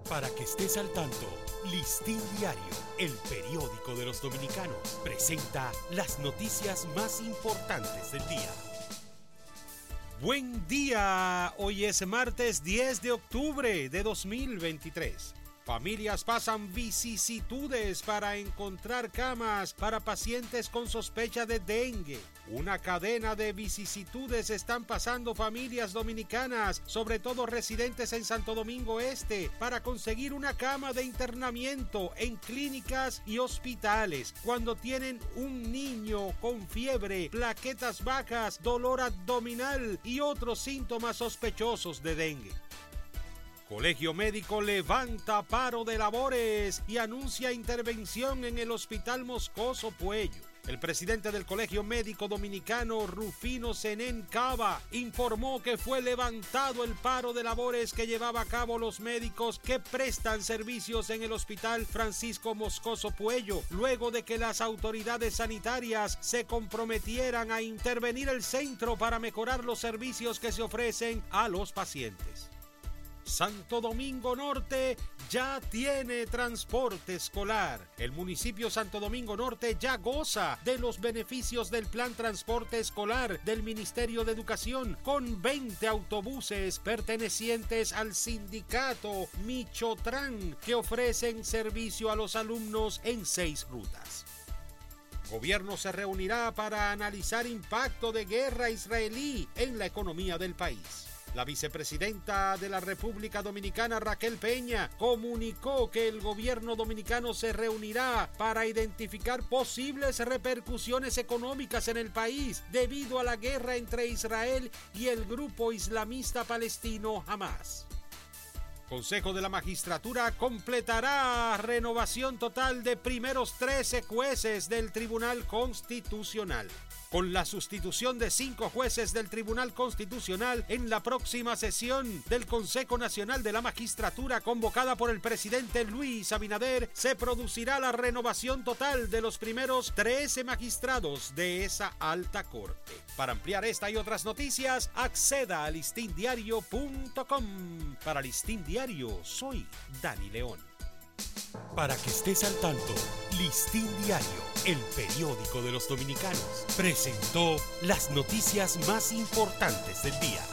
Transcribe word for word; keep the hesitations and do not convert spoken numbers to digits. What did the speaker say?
Para que estés al tanto, Listín Diario, el periódico de los dominicanos, presenta las noticias más importantes del día. Buen día, hoy es martes diez de octubre de dos mil veintitrés. Familias pasan vicisitudes para encontrar camas para pacientes con sospecha de dengue. Una cadena de vicisitudes están pasando familias dominicanas, sobre todo residentes en Santo Domingo Este, para conseguir una cama de internamiento en clínicas y hospitales cuando tienen un niño con fiebre, plaquetas bajas, dolor abdominal y otros síntomas sospechosos de dengue. Colegio Médico levanta paro de labores y anuncia intervención en el Hospital Moscoso Puello. El presidente del Colegio Médico Dominicano, Rufino Senén Cava, informó que fue levantado el paro de labores que llevaba a cabo los médicos que prestan servicios en el Hospital Francisco Moscoso Puello, luego de que las autoridades sanitarias se comprometieran a intervenir el centro para mejorar los servicios que se ofrecen a los pacientes. Santo Domingo Norte ya tiene transporte escolar. El municipio Santo Domingo Norte ya goza de los beneficios del Plan Transporte Escolar del Ministerio de Educación, con veinte autobuses pertenecientes al sindicato Michotrán que ofrecen servicio a los alumnos en seis rutas. Gobierno se reunirá para analizar impacto de guerra israelí en la economía del país. La vicepresidenta de la República Dominicana, Raquel Peña, comunicó que el gobierno dominicano se reunirá para identificar posibles repercusiones económicas en el país debido a la guerra entre Israel y el grupo islamista palestino Hamas. Consejo de la Magistratura completará renovación total de primeros trece jueces del Tribunal Constitucional. Con la sustitución de cinco jueces del Tribunal Constitucional en la próxima sesión del Consejo Nacional de la Magistratura convocada por el presidente Luis Abinader, se producirá la renovación total de los primeros trece magistrados de esa alta corte. Para ampliar esta y otras noticias, acceda a listín diario punto com. Para Listín Diario, soy Dani León. Para que estés al tanto, Listín Diario, el periódico de los dominicanos, presentó las noticias más importantes del día.